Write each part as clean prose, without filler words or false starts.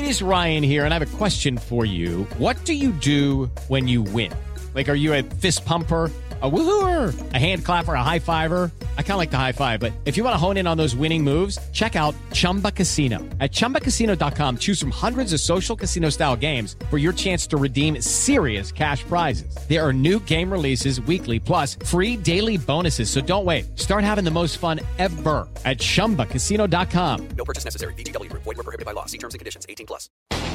It is Ryan here, and I have a question for you. What do you do when you win? Like, are you a fist pumper, a woohooer, a hand clapper, a high fiver? I kind of like the high five, but if you want to hone in on those winning moves, check out Chumba Casino. At ChumbaCasino.com, choose from hundreds of social casino-style games for your chance to redeem serious cash prizes. There are new game releases weekly, plus free daily bonuses. So don't wait. Start having the most fun ever at ChumbaCasino.com. No purchase necessary. VGW Group. Void where prohibited by law. See terms and conditions. 18+.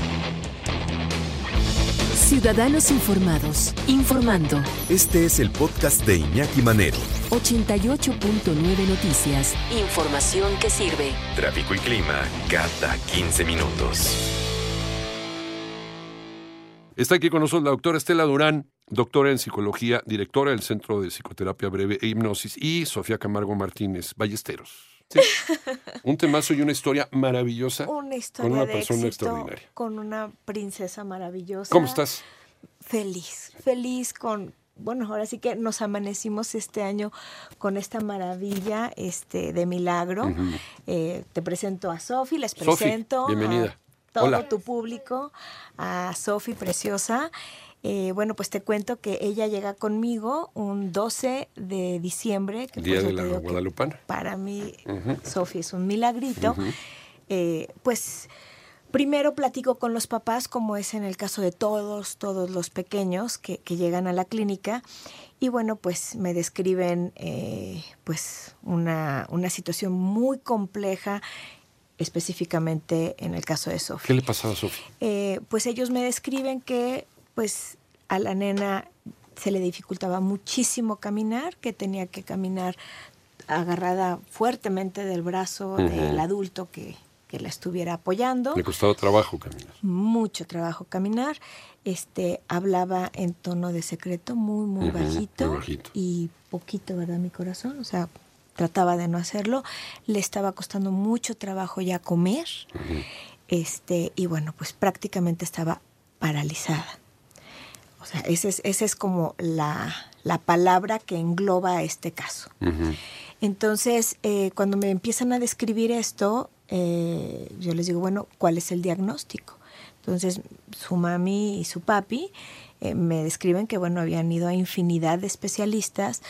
Ciudadanos Informados, informando. Este es el podcast de Iñaki Manero. 88.9 Noticias. Información que sirve. Tráfico y clima cada 15 minutos. Está aquí con nosotros la doctora Estela Durán, doctora en psicología, directora del Centro de Psicoterapia Breve e Hipnosis, y Sofía Camargo Martínez, Ballesteros. Sí. Un temazo y una historia maravillosa. Una historia con una de persona éxito, extraordinaria. con una princesa maravillosa. ¿Cómo estás? Feliz con... Bueno, ahora sí que nos amanecimos este año con esta maravilla de milagro. Uh-huh. Te presento a Sofi, les Sofi, presento bienvenida. a todo Hola. tu público, a Sofi preciosa. Bueno, pues te cuento que ella llega conmigo un 12 de diciembre. Que Día por de eso te la digo que Guadalupana. para mí, Uh-huh. Sofi es un milagrito. Uh-huh. Pues primero platico con los papás, como es en el caso de todos los pequeños que llegan a la clínica. Y bueno, pues me describen pues una situación muy compleja, específicamente en el caso de Sofi. ¿Qué le pasaba a Sofía? Pues ellos me describen que pues a la nena se le dificultaba muchísimo caminar, que tenía que caminar agarrada fuertemente del brazo Uh-huh. del adulto que la estuviera apoyando. Le costaba trabajo caminar. Mucho trabajo caminar. Hablaba en tono de secreto, muy Uh-huh, bajito. muy bajito. Y poquito, ¿verdad, mi corazón? O sea, trataba de no hacerlo. Le estaba costando mucho trabajo ya comer. Uh-huh. Y bueno, pues prácticamente estaba paralizada. O sea, esa es como la palabra que engloba este caso. Uh-huh. Entonces, cuando me empiezan a describir esto, yo les digo, bueno, ¿cuál es el diagnóstico? Entonces, su mami y su papi me describen que, bueno, habían ido a infinidad de especialistas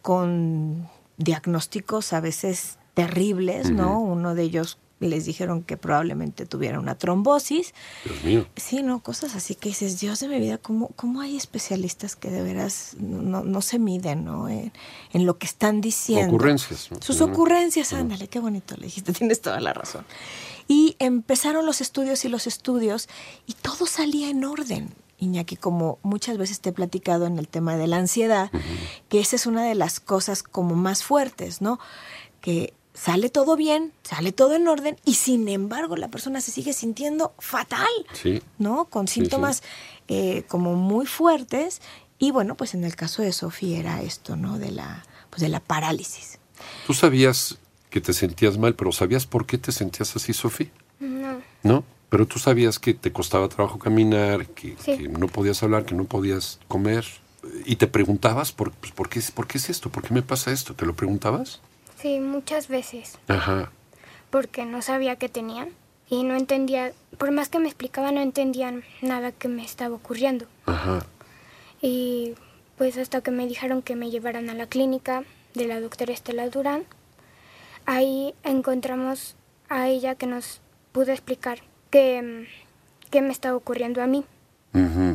con diagnósticos a veces terribles, Uh-huh. ¿no? Uno de ellos les dijeron que probablemente tuviera una trombosis. Dios mío. Sí, no, cosas así que dices, Dios de mi vida, ¿cómo hay especialistas que de veras no se miden, ¿no? En lo que están diciendo. Ocurrencias, ¿no? Sus Uh-huh. ocurrencias, Uh-huh. ándale, qué bonito le dijiste, tienes toda la razón. Y empezaron los estudios y todo salía en orden. Iñaki, como muchas veces te he platicado en el tema de la ansiedad, Uh-huh. que esa es una de las cosas como más fuertes, ¿no? Que sale todo bien, sale todo en orden y sin embargo la persona se sigue sintiendo fatal, Sí. ¿no? Con Sí, síntomas como muy fuertes. Y bueno, pues en el caso de Sofi era esto, ¿no? De la parálisis. ¿Tú sabías que te sentías mal, pero sabías por qué te sentías así, Sofía? No. ¿No? Pero tú sabías que te costaba trabajo caminar, que no podías hablar, que no podías comer. Y te preguntabas, ¿por qué es esto? ¿Por qué me pasa esto? ¿Te lo preguntabas? Sí, muchas veces. Ajá. Porque no sabía qué tenían y no entendía, por más que me explicaban, no entendían nada que me estaba ocurriendo. Ajá. Y pues hasta que me dijeron que me llevaran a la clínica de la doctora Estela Durán, ahí encontramos a ella que nos pudo explicar qué me estaba ocurriendo a mí. Uh-huh.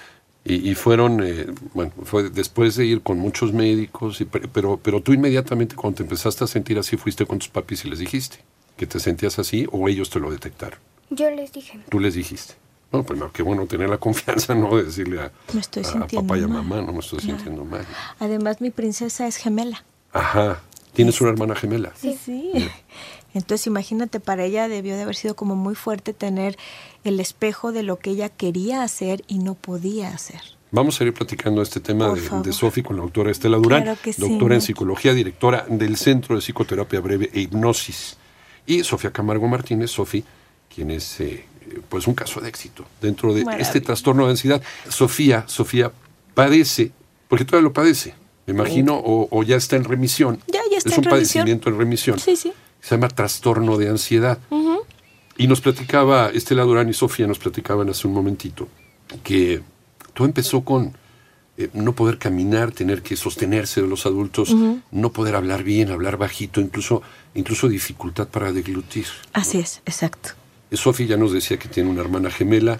Y fueron, fue después de ir con muchos médicos, pero tú inmediatamente cuando te empezaste a sentir así, fuiste con tus papis y les dijiste que te sentías así, o ellos te lo detectaron. Yo les dije. Tú les dijiste. Bueno, pues qué bueno tener la confianza, ¿no? De decirle a papá y a mamá, no me estoy sintiendo mal. Además, mi princesa es gemela. Ajá. ¿Tienes una hermana gemela? Sí. Entonces, imagínate, para ella debió de haber sido como muy fuerte tener el espejo de lo que ella quería hacer y no podía hacer. Vamos a ir platicando este tema de Sofi con la doctora Estela Durán, Claro que sí, doctora en Mike. psicología, directora del Centro de Psicoterapia Breve e Hipnosis. Y Sofía Camargo Martínez, Sofi, quien es pues un caso de éxito dentro de este trastorno de ansiedad. Sofía padece, porque todavía lo padece, me imagino, o ya está en remisión. Ya está es en un remisión. padecimiento en remisión. Sí. Se llama trastorno de ansiedad. Uh-huh. Y nos platicaba, Estela Durán y Sofía nos platicaban hace un momentito, que todo empezó con no poder caminar, tener que sostenerse de los adultos, no poder hablar bien, hablar bajito, incluso dificultad para deglutir. Así es, exacto. Sofía ya nos decía que tiene una hermana gemela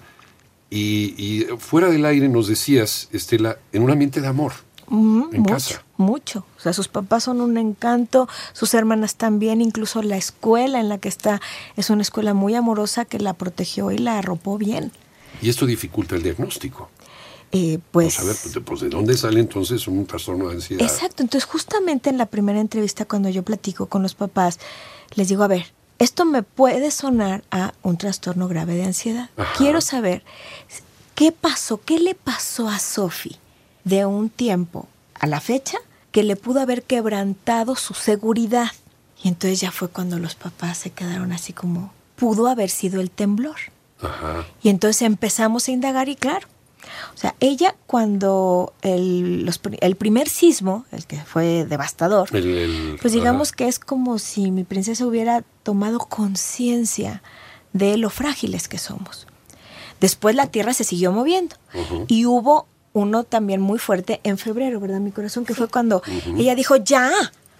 y fuera del aire nos decías, Estela, en un ambiente de amor, en casa. Mucho. O sea, sus papás son un encanto, sus hermanas también, incluso la escuela en la que está es una escuela muy amorosa que la protegió y la arropó bien. Y esto dificulta el diagnóstico. Pues, vamos a ver, pues, ¿de dónde sale entonces un trastorno de ansiedad? Exacto, entonces justamente en la primera entrevista cuando yo platico con los papás, les digo, a ver, esto me puede sonar a un trastorno grave de ansiedad. Ajá. Quiero saber, ¿qué pasó? ¿Qué le pasó a Sofi de un tiempo a la fecha que le pudo haber quebrantado su seguridad? Y entonces ya fue cuando los papás se quedaron así como, pudo haber sido el temblor. Ajá. Y entonces empezamos a indagar y claro, o sea, ella cuando el primer sismo, el que fue devastador, pues digamos que es como si mi princesa hubiera tomado conciencia de lo frágiles que somos. Después la tierra se siguió moviendo y hubo uno también muy fuerte en febrero, ¿verdad, mi corazón? Que fue cuando ella dijo, ya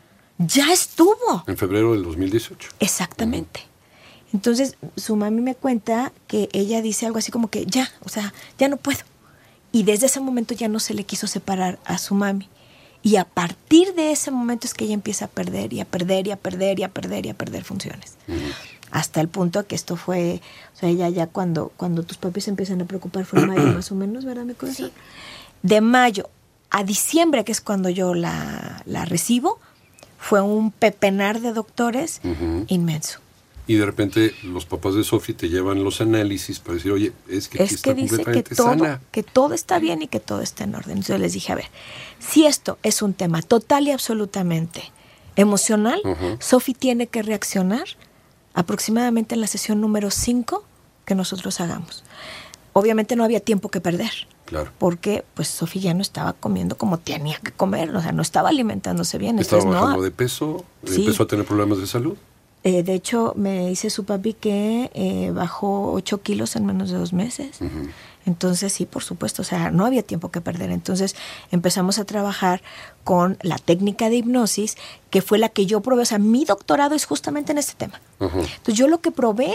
estuvo. En febrero del 2018. Exactamente. Entonces su mami me cuenta que ella dice algo así como que ya no puedo. Y desde ese momento ya no se le quiso separar a su mami. Y a partir de ese momento es que ella empieza a perder y a perder y a perder y a perder y a perder funciones. Hasta el punto que esto fue, o sea, ella ya cuando tus papis empiezan a preocupar fue en mayo más o menos, ¿verdad, mi corazón? Sí. De mayo a diciembre, que es cuando yo la recibo, fue un pepenar de doctores inmenso. Y de repente los papás de Sofi te llevan los análisis para decir, oye, es que aquí está completamente sana. Que todo está bien y que todo está en orden. Entonces les dije, a ver, si esto es un tema total y absolutamente emocional, Sofi tiene que reaccionar aproximadamente en la sesión número 5 que nosotros hagamos. Obviamente no había tiempo que perder. Claro. Porque pues Sofi ya no estaba comiendo como tenía que comer, o sea, no estaba alimentándose bien. Estaba bajando de peso, empezó a tener problemas de salud. De hecho, me dice su papi que bajó 8 kilos en menos de 2 meses. Entonces, sí, por supuesto, o sea, no había tiempo que perder. Entonces, empezamos a trabajar con la técnica de hipnosis, que fue la que yo probé. O sea, mi doctorado es justamente en este tema. Entonces, yo lo que probé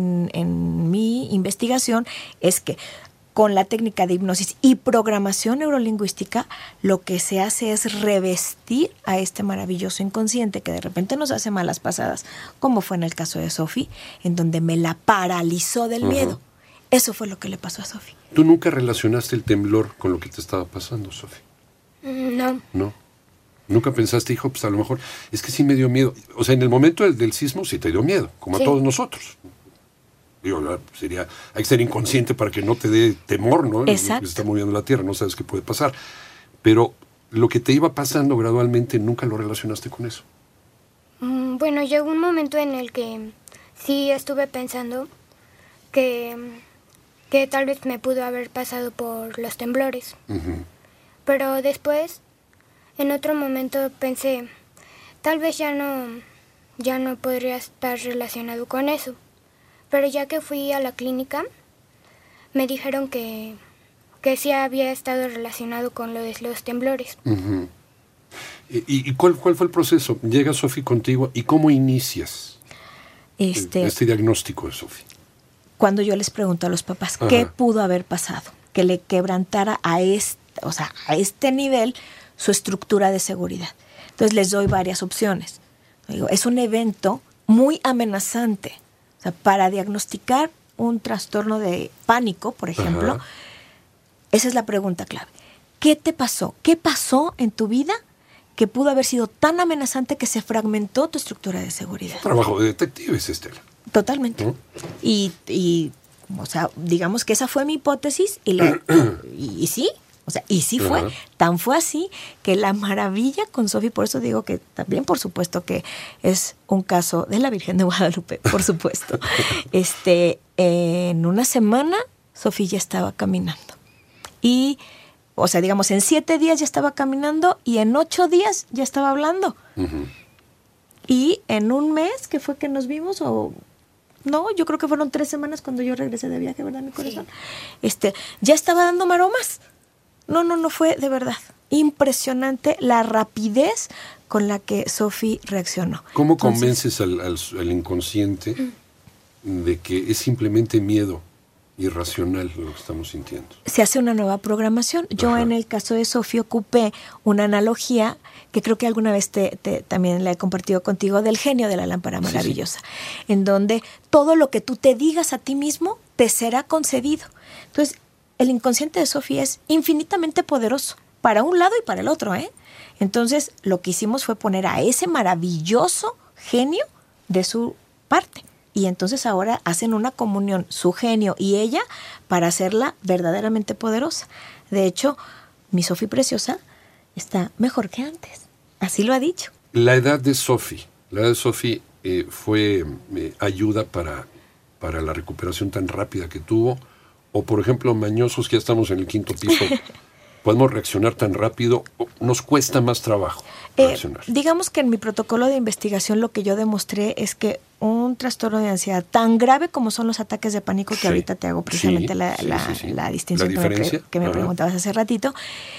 en mi investigación es que con la técnica de hipnosis y programación neurolingüística, lo que se hace es revestir a este maravilloso inconsciente que de repente nos hace malas pasadas, como fue en el caso de Sofi, en donde me la paralizó del miedo. Eso fue lo que le pasó a Sofi. ¿Tú nunca relacionaste el temblor con lo que te estaba pasando, Sofi? No. ¿No? ¿Nunca pensaste, hijo, pues a lo mejor, es que sí me dio miedo? O sea, en el momento del sismo sí te dio miedo, como a todos nosotros. Digo, hay que ser inconsciente para que no te dé temor, ¿no? Exacto. Se está moviendo la tierra, no sabes qué puede pasar. Pero lo que te iba pasando gradualmente, ¿nunca lo relacionaste con eso? Bueno, llegó un momento en el que sí estuve pensando que tal vez me pudo haber pasado por los temblores. Pero después, en otro momento pensé, tal vez ya no podría estar relacionado con eso. Pero ya que fui a la clínica, me dijeron que sí había estado relacionado con lo de los temblores. ¿Y cuál fue el proceso? Llega Sofi contigo y ¿cómo inicias este diagnóstico de Sofi? Cuando yo les pregunto a los papás qué pudo haber pasado, que le quebrantara a este nivel su estructura de seguridad. Entonces les doy varias opciones. Digo, es un evento muy amenazante. O sea, para diagnosticar un trastorno de pánico, por ejemplo, esa es la pregunta clave. ¿Qué te pasó? ¿Qué pasó en tu vida que pudo haber sido tan amenazante que se fragmentó tu estructura de seguridad? Trabajo de detectives, Estela. Totalmente. Y o sea, digamos que esa fue mi hipótesis y sí. O sea, y sí fue, tan fue así que la maravilla con Sofi, por eso digo que también, por supuesto, que es un caso de la Virgen de Guadalupe, por supuesto. En una semana, Sofi ya estaba caminando. Y, o sea, digamos, en 7 días ya estaba caminando y en 8 días ya estaba hablando. Y en un mes, que fue que nos vimos, o No, yo creo que fueron 3 semanas cuando yo regresé de viaje, ¿verdad, mi corazón? Sí. Ya estaba dando maromas. No fue de verdad impresionante la rapidez con la que Sofi reaccionó. ¿Cómo convences al inconsciente de que es simplemente miedo irracional lo que estamos sintiendo? Se hace una nueva programación. Yo en el caso de Sofi ocupé una analogía que creo que alguna vez también la he compartido contigo, del genio de la lámpara maravillosa, en donde todo lo que tú te digas a ti mismo te será concedido. Entonces, el inconsciente de Sofi es infinitamente poderoso, para un lado y para el otro, ¿eh? Entonces, lo que hicimos fue poner a ese maravilloso genio de su parte. Y entonces ahora hacen una comunión, su genio y ella, para hacerla verdaderamente poderosa. De hecho, mi Sofi preciosa está mejor que antes. Así lo ha dicho. La edad de Sofi fue ayuda para la recuperación tan rápida que tuvo. O, por ejemplo, mañosos que ya estamos en el 5º piso, ¿podemos reaccionar tan rápido? ¿Nos cuesta más trabajo reaccionar? Digamos que en mi protocolo de investigación lo que yo demostré es que un trastorno de ansiedad tan grave como son los ataques de pánico, que ahorita te hago precisamente la distinción que me preguntabas hace ratito,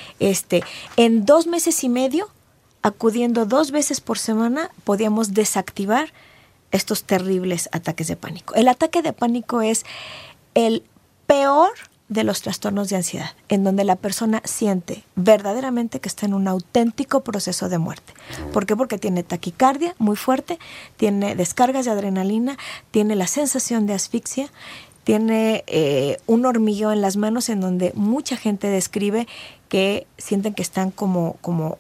en 2 meses y medio, acudiendo 2 veces por semana, podíamos desactivar estos terribles ataques de pánico. El ataque de pánico es el peor de los trastornos de ansiedad, en donde la persona siente verdaderamente que está en un auténtico proceso de muerte. ¿Por qué? Porque tiene taquicardia muy fuerte, tiene descargas de adrenalina, tiene la sensación de asfixia, tiene un hormigueo en las manos, en donde mucha gente describe que sienten que están como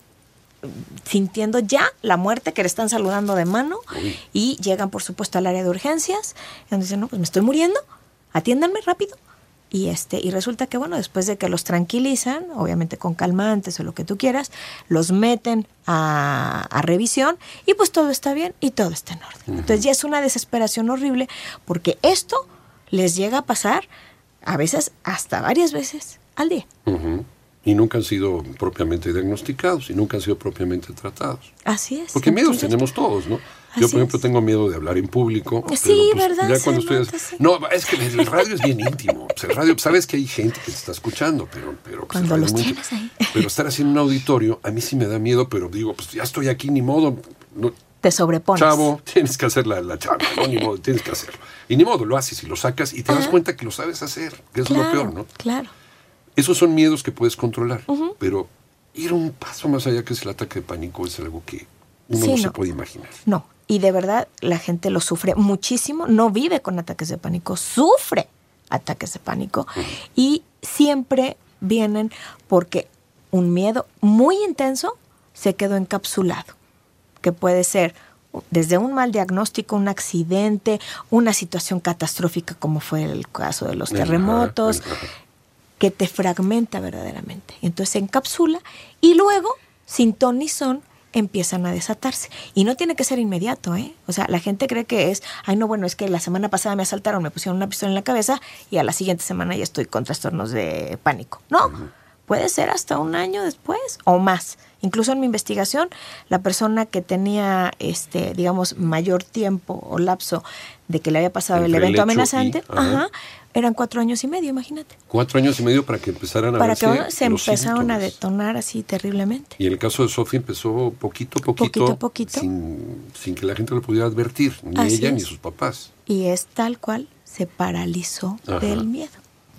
sintiendo ya la muerte, que le están saludando de mano, y llegan, por supuesto, al área de urgencias, donde dicen, no, pues me estoy muriendo, atiéndanme rápido. Y resulta que, bueno, después de que los tranquilizan, obviamente con calmantes o lo que tú quieras, los meten a revisión y pues todo está bien y todo está en orden. Entonces ya es una desesperación horrible, porque esto les llega a pasar a veces hasta varias veces al día. Y nunca han sido propiamente diagnosticados y nunca han sido propiamente tratados. Así es. Porque miedos tenemos todos, ¿no? Yo, por ejemplo, tengo miedo de hablar en público. Sí, pero, ¿verdad? Ya cuando estoy... No, es que el radio es bien íntimo. Pues el radio, sabes que hay gente que te está escuchando, pero cuando los tienes ahí. Pero estar así en un auditorio, a mí sí me da miedo, pero digo, pues ya estoy aquí, ni modo. No, te sobrepones. Chavo, tienes que hacer la chava, ¿no? Ni modo, tienes que hacerlo. Y ni modo, lo haces y lo sacas y te das cuenta que lo sabes hacer, que eso es lo peor, ¿no? Claro. Esos son miedos que puedes controlar, pero ir un paso más allá, que es el ataque de pánico, es algo que uno no se puede imaginar. No, y de verdad la gente lo sufre muchísimo, no vive con ataques de pánico, sufre ataques de pánico, y siempre vienen porque un miedo muy intenso se quedó encapsulado, que puede ser desde un mal diagnóstico, un accidente, una situación catastrófica como fue el caso de los terremotos, que te fragmenta verdaderamente. Entonces se encapsula y luego, sin ton ni son, empiezan a desatarse. Y no tiene que ser inmediato, ¿eh? O sea, la gente cree que es, ay no, bueno, es que la semana pasada me asaltaron, me pusieron una pistola en la cabeza y a la siguiente semana ya estoy con trastornos de pánico. No, puede ser hasta 1 año después o más. Incluso en mi investigación, la persona que tenía, digamos, mayor tiempo o lapso de que le había pasado el evento amenazante, eran 4 años y medio, imagínate. 4 años y medio para que empezaran a verse Para que se los empezaron síntomas. a detonar así terriblemente. Y en el caso de Sofi empezó poquito a poquito. Sin que la gente lo pudiera advertir, ni así ella es. ni sus papás. Y es tal cual, se paralizó del miedo.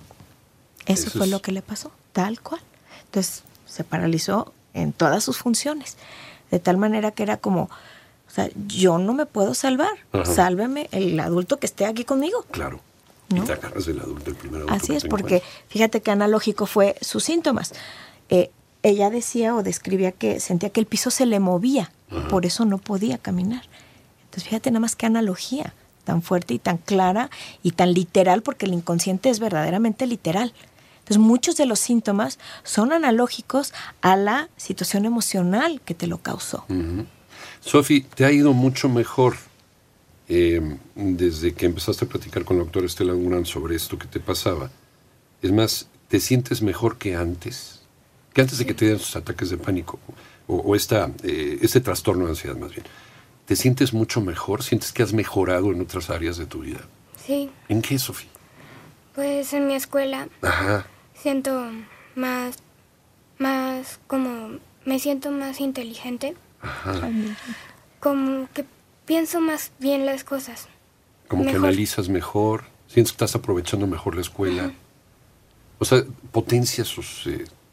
Eso fue lo que le pasó, tal cual. Entonces se paralizó en todas sus funciones, de tal manera que era como, o sea, yo no me puedo salvar, sálveme el adulto que esté aquí conmigo. Claro. ¿No? Y te agarras del adulto, el primer adulto. Así es, porque fíjate qué analógico fue sus síntomas. Ella decía o describía que sentía que el piso se le movía, por eso no podía caminar. Entonces fíjate nada más qué analogía tan fuerte y tan clara y tan literal, porque el inconsciente es verdaderamente literal. Entonces muchos de los síntomas son analógicos a la situación emocional que te lo causó. Sofi, te ha ido mucho mejor desde que empezaste a platicar con la doctora Estela Durán sobre esto que te pasaba. Es más, ¿te sientes mejor que antes? Que antes de que te dieran sus ataques de pánico o este trastorno de ansiedad más bien. ¿Te sientes mucho mejor? ¿Sientes que has mejorado en otras áreas de tu vida? Sí. ¿En qué, Sofía? Pues en mi escuela Ajá. siento más como, me siento más inteligente. Ajá. Como que pienso más bien las cosas. Como Mejor. que analizas mejor, sientes que estás aprovechando mejor la escuela. O sea, potencia sus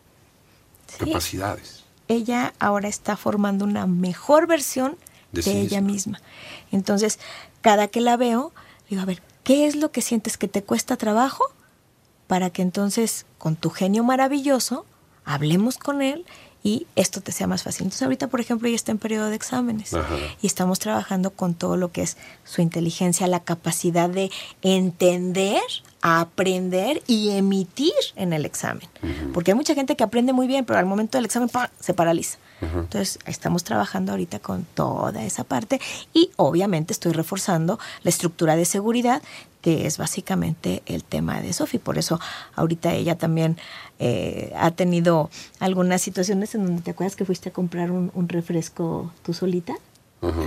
capacidades. Ella ahora está formando una mejor versión De de sí ella misma. misma. Entonces, cada que la veo, digo, a ver, ¿qué es lo que sientes que te cuesta trabajo? Para que entonces, con tu genio maravilloso, hablemos con él y esto te sea más fácil. Entonces, ahorita, por ejemplo, ella está en periodo de exámenes. Ajá. Y estamos trabajando con todo lo que es su inteligencia, la capacidad de entender, aprender y emitir en el examen. Porque hay mucha gente que aprende muy bien, pero al momento del examen ¡pam!, se paraliza. Entonces, estamos trabajando ahorita con toda esa parte y obviamente estoy reforzando la estructura de seguridad, que es básicamente el tema de Sofi. Por eso ahorita ella también ha tenido algunas situaciones en donde te acuerdas que fuiste a comprar un refresco tú solita. Ajá.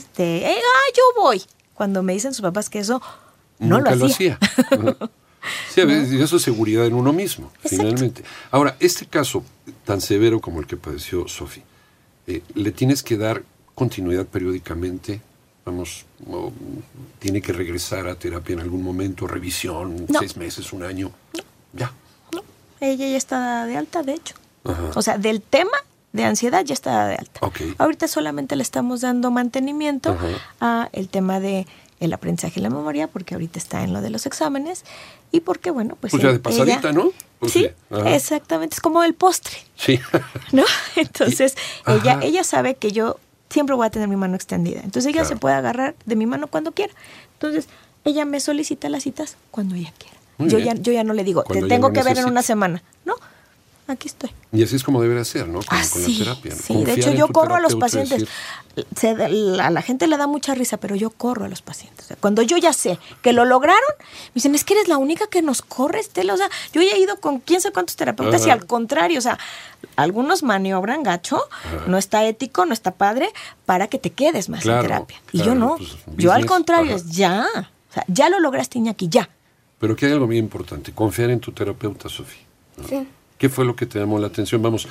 Yo voy. Cuando me dicen sus papás que eso no Nunca lo hacía. Ajá. Sí, a veces eso es seguridad en uno mismo, Exacto. finalmente. Ahora, este caso tan severo como el que padeció Sofi, ¿le tienes que dar continuidad periódicamente? Vamos, ¿tiene que regresar a terapia en algún momento, revisión, No. 6 meses, 1 año? Ya. No, ella ya está de alta, de hecho. Ajá. O sea, del tema de ansiedad ya está de alta. Ok. Ahorita solamente le estamos dando mantenimiento Ajá. a el tema de el aprendizaje y la memoria, porque ahorita está en lo de los exámenes y porque, bueno, pues ya de pasadita, ¿no? Pues sí, Ajá. exactamente. Es como el postre, Sí. ¿no? Entonces, Ajá. ella sabe que yo siempre voy a tener mi mano extendida. Entonces, ella Claro. se puede agarrar de mi mano cuando quiera. Entonces, ella me solicita las citas cuando ella quiera. Muy bien. Yo ya no le digo, Cuando te ella tengo lo que ver en necesite. una semana. No, aquí estoy. Y así es como debe de ser, ¿no? Con la Así, terapia, ¿no? sí, de Confiar hecho en yo tu corro a los terapeuta y pacientes. decir, A la gente le da mucha risa, pero yo corro a los pacientes. O sea, cuando yo ya sé que lo lograron, me dicen, es que eres la única que nos corre, Estela. O sea, yo ya he ido con quién sabe cuántos terapeutas y Ajá. al contrario, o sea, algunos maniobran gacho, no está ético, no está padre, para que te quedes más Claro, en terapia. Y claro, yo no, pues, yo al business, contrario, ajá. es ya. O sea, ya lo lograste, Iñaki, ya. Pero que hay algo muy importante, confiar en tu terapeuta, Sofía. Sí. ¿Qué fue lo que te llamó la atención? Vamos,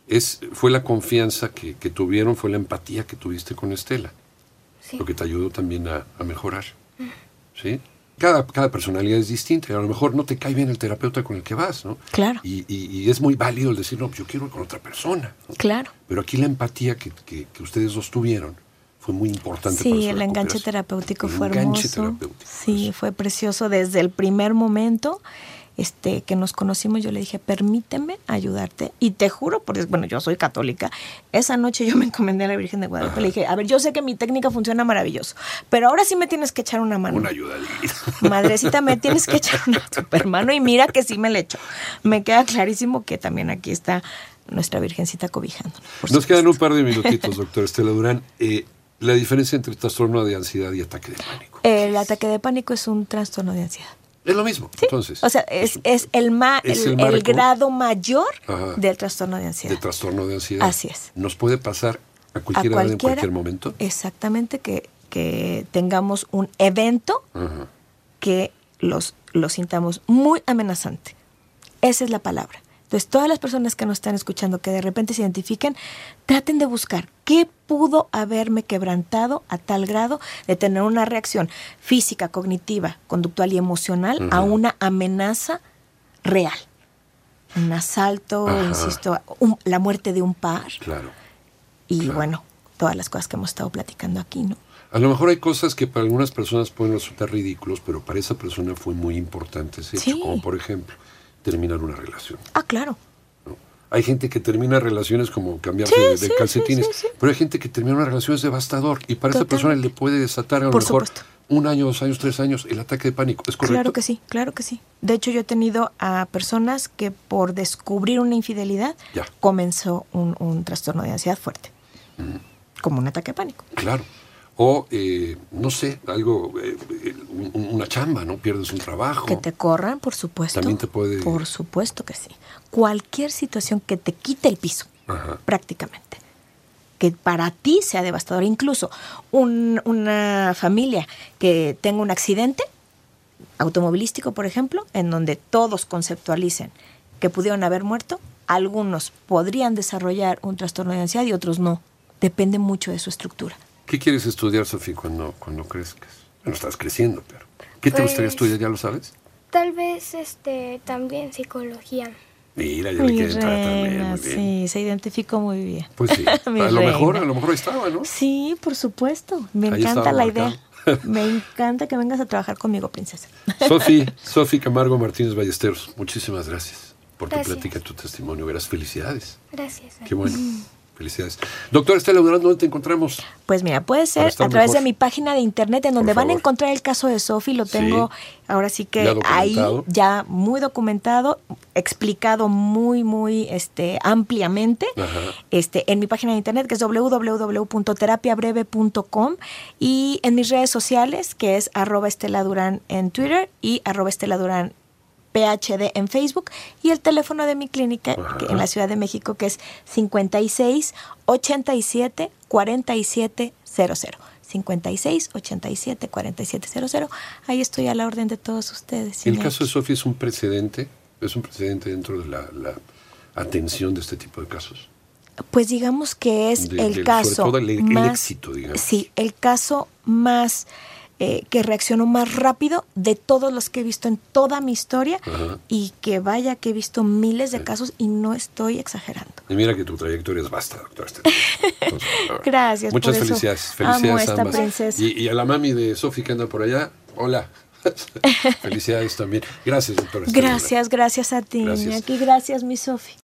fue la confianza que tuvieron, fue la empatía que tuviste con Estela, Sí. lo que te ayudó también a mejorar. ¿Sí? Cada personalidad es distinta y a lo mejor no te cae bien el terapeuta con el que vas, ¿no? Claro. Y es muy válido el decir, no, pues yo quiero ir con otra persona, ¿no? Claro. Pero aquí la empatía que ustedes dos tuvieron fue muy importante. para Sí, su el enganche recuperación. terapéutico El fue enganche hermoso. terapéutico, Sí, pues. fue precioso desde el primer momento que nos conocimos. Yo le dije, permíteme ayudarte. Y te juro, porque bueno, yo soy católica, esa noche yo me encomendé a la Virgen de Guadalupe. Le dije, a ver, yo sé que mi técnica funciona maravilloso, pero ahora sí me tienes que echar una mano. Una ayudadita. Madrecita, me tienes que echar una super mano y mira que sí me le echo. Me queda clarísimo que también aquí está nuestra Virgencita cobijándonos. por Nos quedan supuesto. un par de minutitos, doctora Estela Durán. La diferencia entre trastorno de ansiedad y ataque de pánico. El ataque de pánico es un trastorno de ansiedad. Es lo mismo, Sí, entonces. o sea, es el el marco grado mayor Ajá. del trastorno de ansiedad. de trastorno de ansiedad. Así es. Nos puede pasar a cualquier edad, en cualquier momento. Exactamente, que tengamos un evento Ajá. que los sintamos muy amenazante. Esa es la palabra. Entonces, todas las personas que nos están escuchando, que de repente se identifiquen, traten de buscar qué pudo haberme quebrantado a tal grado de tener una reacción física, cognitiva, conductual y emocional a una amenaza real. Un asalto, Ajá. insisto, la muerte de un par Claro. y claro. bueno, todas las cosas que hemos estado platicando aquí, ¿no? A lo mejor hay cosas que para algunas personas pueden resultar ridículos, pero para esa persona fue muy importante ese hecho. Sí. Como por ejemplo, terminar una relación. Ah, claro. ¿No? Hay gente que termina relaciones como cambiarse Sí, de sí, calcetines, sí, sí, sí. pero hay gente que termina una relación es devastador y para esa persona Totalmente. le puede desatar a lo Por mejor supuesto. 1 año, 2 años, 3 años el ataque de pánico. ¿Es correcto? Claro que sí, claro que sí. De hecho, yo he tenido a personas que por descubrir una infidelidad Ya. comenzó un trastorno de ansiedad fuerte, como un ataque de pánico. Claro. O, no sé, algo, una chamba, ¿no? Pierdes un trabajo. Que te corran, por supuesto. También te puede- Por supuesto que sí. Cualquier situación que te quite el piso, Ajá. prácticamente. Que para ti sea devastador. Incluso una familia que tenga un accidente automovilístico, por ejemplo, en donde todos conceptualicen que pudieron haber muerto, algunos podrían desarrollar un trastorno de ansiedad y otros no. Depende mucho de su estructura. ¿Qué quieres estudiar, Sofía, cuando crezcas? Bueno, estás creciendo, pero ¿qué te gustaría estudiar? ¿Ya lo sabes? Tal vez también psicología. Mira, ya le quiere entrar también. Muy bien. Sí, se identificó muy bien. Pues sí, a lo mejor ahí estaba, ¿no? Sí, por supuesto. Me Ahí encanta estaba la marcado. idea. Me encanta que vengas a trabajar conmigo, princesa. Sofía Camargo Martínez Ballesteros, muchísimas gracias por tu Gracias. plática, tu testimonio. Verás, felicidades. Gracias. Qué bueno. Felicidades. Doctora Estela Durán, ¿dónde te encontramos? Pues mira, puede Para ser estar a través mejor. de mi página de internet, en donde Por van a favor. encontrar el caso de Sofi. Lo tengo ahora sí que Ya ahí documentado. ya muy documentado, explicado muy ampliamente. Ajá. En mi página de internet, que es www.terapiabreve.com, y en mis redes sociales, que es @EstelaDurán en Twitter y @EstelaDurán PhD en Facebook, y el teléfono de mi clínica en la Ciudad de México, que es 56 87 47 00. 56 87 47 00. Ahí estoy a la orden de todos ustedes. El caso de Sofía es un precedente dentro de la atención de este tipo de casos. Pues digamos que es el caso sobre todo el más, éxito, digamos. Sí, el caso más que reaccionó más rápido de todos los que he visto en toda mi historia. Ajá. Y que vaya que he visto miles de casos y no estoy exagerando. Y mira que tu trayectoria es vasta, doctora Estela. Entonces, Gracias. muchas por eso felicidades. amo Felicidades esta ambas. princesa. Y a la mami de Sofía que anda por allá, hola. Felicidades también. Gracias, doctora Estela. Gracias a ti, Gracias. Iñaki. Gracias, mi Sofi.